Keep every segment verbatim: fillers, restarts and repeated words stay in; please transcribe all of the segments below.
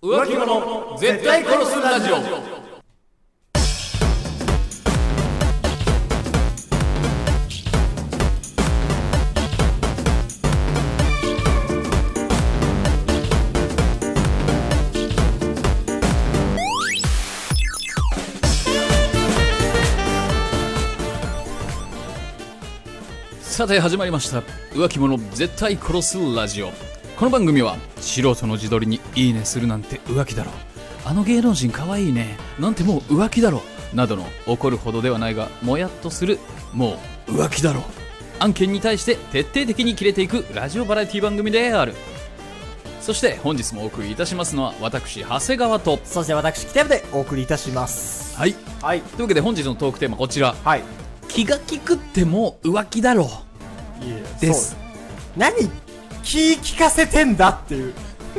浮気者絶対殺すラジオ。さて始まりました、浮気者絶対殺すラジオ。この番組は素人の自撮りにいいねするなんて浮気だろ、あの芸能人かわいいねなんてもう浮気だろなどの怒るほどではないがもやっとするもう浮気だろ案件に対して徹底的に切れていくラジオバラエティ番組である。そして本日もお送りいたしますのは私長谷川と、 そして私北山でお送りいたします。 はい、 はい、 というわけで本日のトークテーマこちら、 はい、 気が利くってもう浮気だろです。 何気聞かせてんだっていう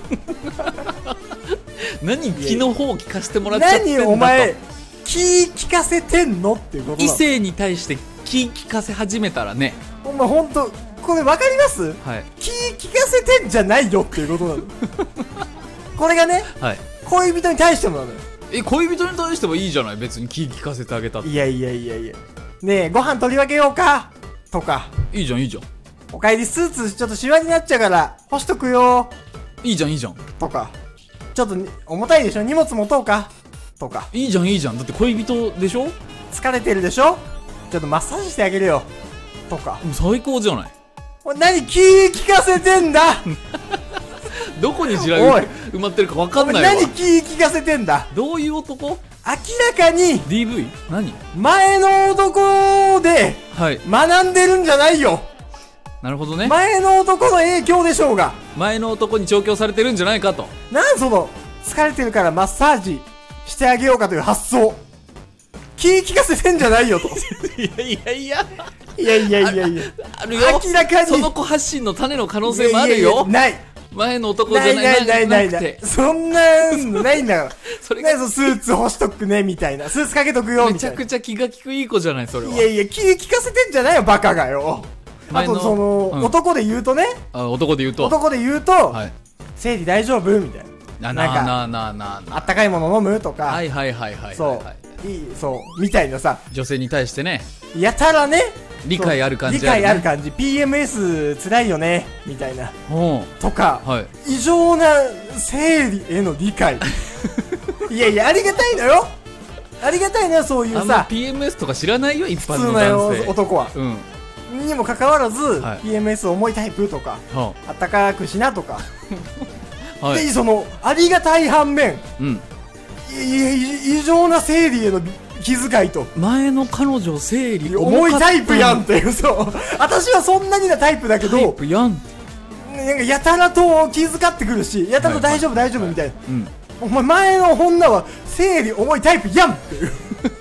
何気の方を聞かせてもらっちゃってんだと。 何お前気聞かせてんのっていうことなの。 異性に対して気聞かせ始めたらね、 お前ほんとこれ分かります、 はい、 気聞かせてんじゃないよっていうことなのこれがね、はい、恋人に対してもなのよ。 え、恋人に対してもいいじゃない、別に気聞かせてあげたって。 いやいやいやいや、ねえご飯取り分けようかとか、 いいじゃんいいじゃん、 お帰りスーツちょっとシワになっちゃうから干しとくよ、 いいじゃんいいじゃんとか、ちょっと重たいでしょ荷物持とうかとか、 いいじゃんいいじゃん、だって恋人でしょ、 疲れてるでしょ、ちょっとマッサージしてあげるよとか。 もう最高じゃない。 何気聞かせてんだどこに地雷が埋まってるか分かんないわ。 何気聞かせてんだ。 どういう男？ 明らかにディーブイ？ 何？ 前の男で学んでるんじゃないよ、はい、 なるほどね。 前の男の影響でしょうが、 前の男に調教されてるんじゃないかと。 なんその疲れてるからマッサージしてあげようかという発想、気聞かせてんじゃないよといやいやいやいやいやいやいや、 あるよ、 明らかにその子発信の種の可能性もあるよ。いやいやいや、 ない、 前の男じゃない、 ないないないない、そんなのないんだからそれが何そスーツ干しとくねみたいな、スーツかけとくよみたいな、 めちゃくちゃ気が利くいい子じゃないそれは。 いやいや、気聞かせてんじゃないよバカがよ。あとその、うん、男で言うとね、 あ、男で言うと男で言うと、はい、生理大丈夫みたいな、 なあなあなあなあ、 あったかいもの飲むとか、 はいはいはいはい、 そういい、そうみたいなさ、 女性に対してね、 やたらね理解ある感じ、 理解ある感じ、 ピーエムエス 辛いよねみたいなとか、はい、異常な生理への理解いやいや、ありがたいのよ、ありがたいのよ、そういうさ、あんまピーエムエス とか知らないよ一般の男性、 普通の男は、うん、にもかかわらず、はい、ピーエムエス 重いタイプとか、はあ、あったかくしなとかはい、でそのありがたい反面、うん、い異常な生理への気遣いと、 前の彼女生理重いタイプやんっていう、そう私はそんなになタイプだけど、 タイプやん、 なんかやたらと気遣ってくるし、やたらと大丈夫、はい、大丈夫みたいな、うん、お前前の女は生理重いタイプやんっていう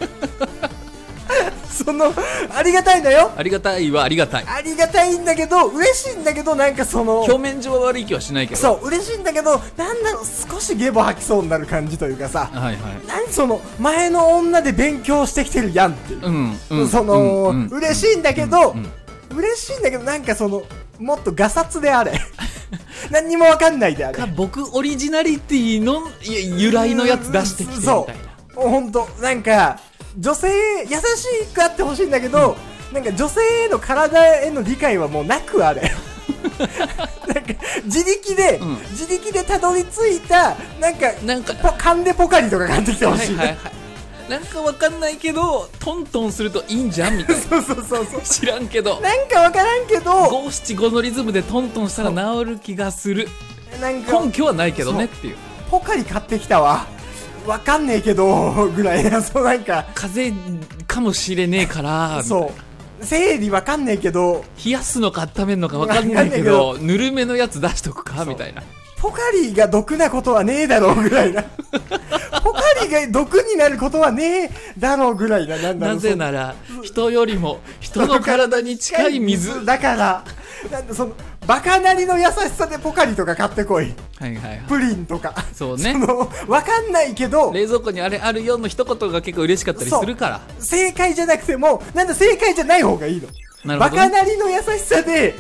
そのありがたいんだよ、 ありがたいはありがたい、 ありがたいんだけど、嬉しいんだけど、なんかその表面上は悪い気はしないけど、 そう嬉しいんだけど、なんだろう、少しゲボ吐きそうになる感じというかさ、はいはい、何その前の女で勉強してきてるやんっていう、うんうん、その、うん、嬉しいんだけど、うんうん、嬉しいんだけど、なんかそのもっとガサツであれ何にもわかんないであれ、 僕オリジナリティの由来のやつ出してきてみたいな、 そうほんとなんか女性優しくあってほしいんだけど、うん、なんか女性への体への理解はもうなくあれなんか自力で、うん、自力でたどり着いたなんかなんかカンデポカリとか買ってきてほしい、はいはいはい、 なんかわかんないけどトントンするといいんじゃんみたいなそうそうそうそう、 知らんけど、 なんかわからんけど五七五のリズムでトントンしたら治る気がする、なんか根拠はないけどねっていう、 ポカリ買ってきたわ、わかんねえけどぐらいな、そうなんか風邪かもしれねえからそう生理わかんねえけど冷やすのか温めるのかわかんないけどぬるめのやつ出しとくかみたいな、 ポカリが毒なことはねえだろうぐらいなポカリが毒になることはねえだろうぐらいな、なんだろう、 なぜなら人よりも人の体に近い水だから、なんだそのバカなりの優しさでポカリとか買ってこい、はいはいはい、プリンとか、 そうね、 そのわかんないけど冷蔵庫にあれあるよの一言が結構嬉しかったりするから、 正解じゃなくてもなんだ正解じゃない方がいいの、ね、バカなりの優しさで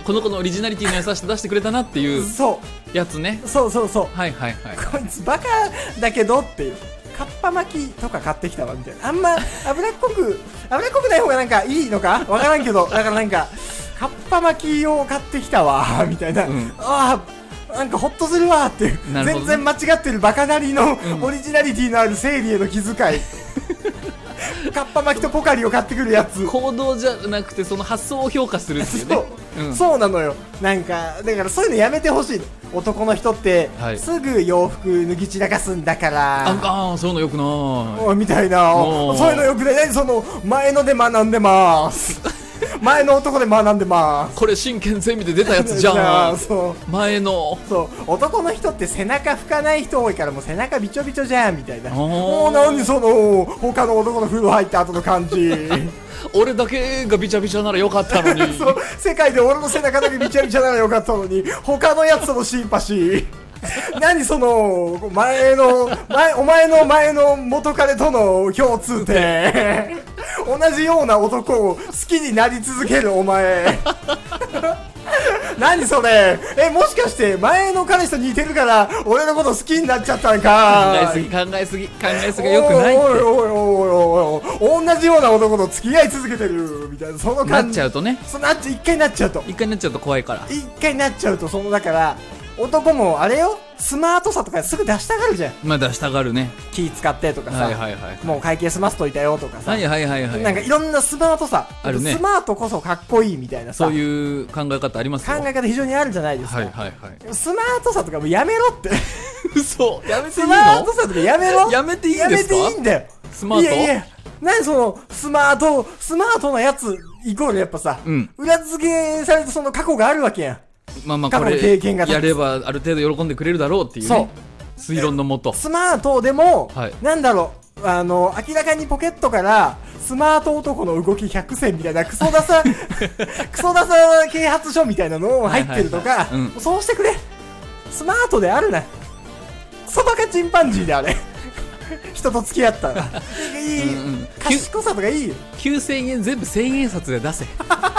この子のオリジナリティの優しさ出してくれたなっていうそやつね。 うそうそうそうはいはいはい。 こいつバカだけどっていうカッパ巻きとか買ってきたわみたいな。あんま脂っこく脂っこくない方がなんかいいのかわからんけど、だからなんかカッパ巻きを買ってきたわみたいな、うん、ああなんかホッとするわっていう、ね、全然間違ってるバカなりの、うん、オリジナリティのある生理への気遣いカッパ巻きとポカリを買ってくるやつ、 行動じゃなくてその発想を評価するっていうね。 そう、うん、そうなのよ。なんかだからそういうのやめてほしい。男の人って、はい、すぐ洋服脱ぎ散らかすんだから、 ああそういうのよくないみたいな、そういうのよくない。その前ので学んでます前の男で学んでます。 これ真剣ゼミで出たやつじゃんそう前の。 そう男の人って背中拭かない人多いから、もう背中びちょびちょじゃんみたいな。もう何その他の男の風呂入った後の感じ俺だけがびちゃびちゃならよかったのにそう世界で俺の背中だけびちゃびちゃならよかったのに他のやつとのシンパシー何その前の前お前の前の元彼との共通点同じような男を好きになり続けるお前何それ。えもしかして前の彼氏と似てるから俺のこと好きになっちゃったんか。 考えすぎ考えすぎ考えすぎがよくないって。 おいおいおいおいおい同じような男と付き合い続けてるみたいな、その感じなっちゃうとね。 そうなっちゃう。一回なっちゃうと一回なっちゃうと怖いから。 一回なっちゃうとそのだから男もあれよ、スマートさとかすぐ出したがるじゃん。 まあ出したがるね。 気使ってとかさ、 はいはいはい、 もう会計済ませといたよとかさ、 はいはいはいはい、 なんかいろんなスマートさあるね。 スマートこそかっこいいみたいなさ、 そういう考え方ありますよ。 考え方非常にあるじゃないですか。 はいはいはい。 スマートさとかもやめろって嘘やめていいの。 スマートさとかやめろやめていいんですか。 やめていいんだよスマート。いやいや何そのスマートスマートなやつイコールやっぱさ、うん、裏付けされたその過去があるわけやん。 まあまあこれ経験がやればある程度喜んでくれるだろうっていうね、そう推論のもとスマートでも、はい、なんだろう、あの明らかにポケットからスマート男の動きひゃく選みたいなクソダサクソダサ啓発書みたいなの入ってるとか、はいはいはい、うん、そうしてくれ。スマートであるな。クソバカチンパンジーであれ人と付き合ったらいい、うんうん、賢さとかいいよ。 きゅうせんえん全部せんえん札で出せ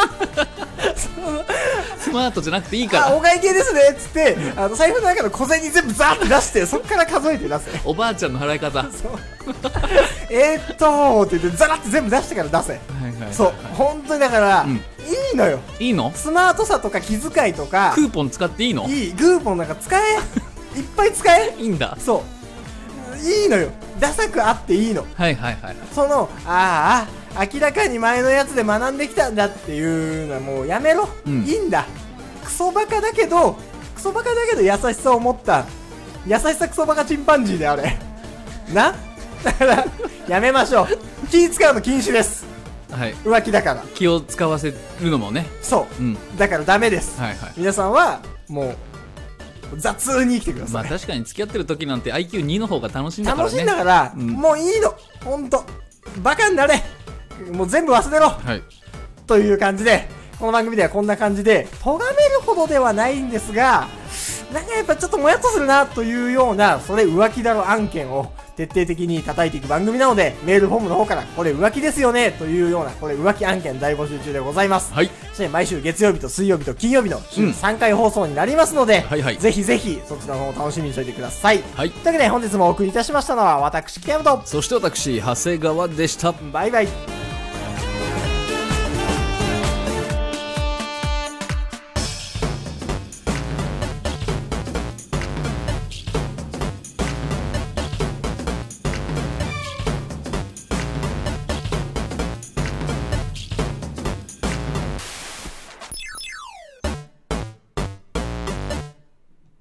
スマートじゃなくていいから。 あお会計ですねっつって、うん、あの財布の中の小銭全部ザーって出してそっから数えて出せ。 おばあちゃんの払い方そうえーっとーって言ってザラって全部出してから出せ、はいはいはいはい、そう本当にだから、うん、いいのよ。 いいの。 スマートさとか気遣いとかクーポン使っていいの。 いいクーポンなんか使えいっぱい使えいいんだ。 そういいのよ。ダサくあっていいの。 はいはいはい、はい、 そのああ明らかに前のやつで学んできたんだっていうのはもうやめろ、うん、いいんだ。クソバカだけどクソバカだけど優しさを持った優しさクソバカチンパンジーであれな。だからやめましょう。気使うの禁止です。はい、浮気だから気を使わせるのもね。 そう、うん、だからダメです、はいはい、皆さんはもう雑に生きてください。 まあ確かに付き合ってる時なんて アイキューに の方が楽しいんだからね。 楽しいんだから、うん、もういいのほんとバカになれ。もう全部忘れろ、はい、という感じでこの番組ではこんな感じで咎めるほどではないんですが、なんかやっぱちょっともやっとするなというようなそれ浮気だろ案件を徹底的に叩いていく番組なので、メールフォームの方からこれ浮気ですよねというようなこれ浮気案件大募集中でございます。はい。そして毎週月曜日と水曜日と金曜日の週さんかい放送になりますので、うん、はいはい、ぜひぜひそちらの方を楽しみにしておいてください。はい。というわけで本日もお送りいたしましたのは私北山と、 そして私長谷川でした。 バイバイ。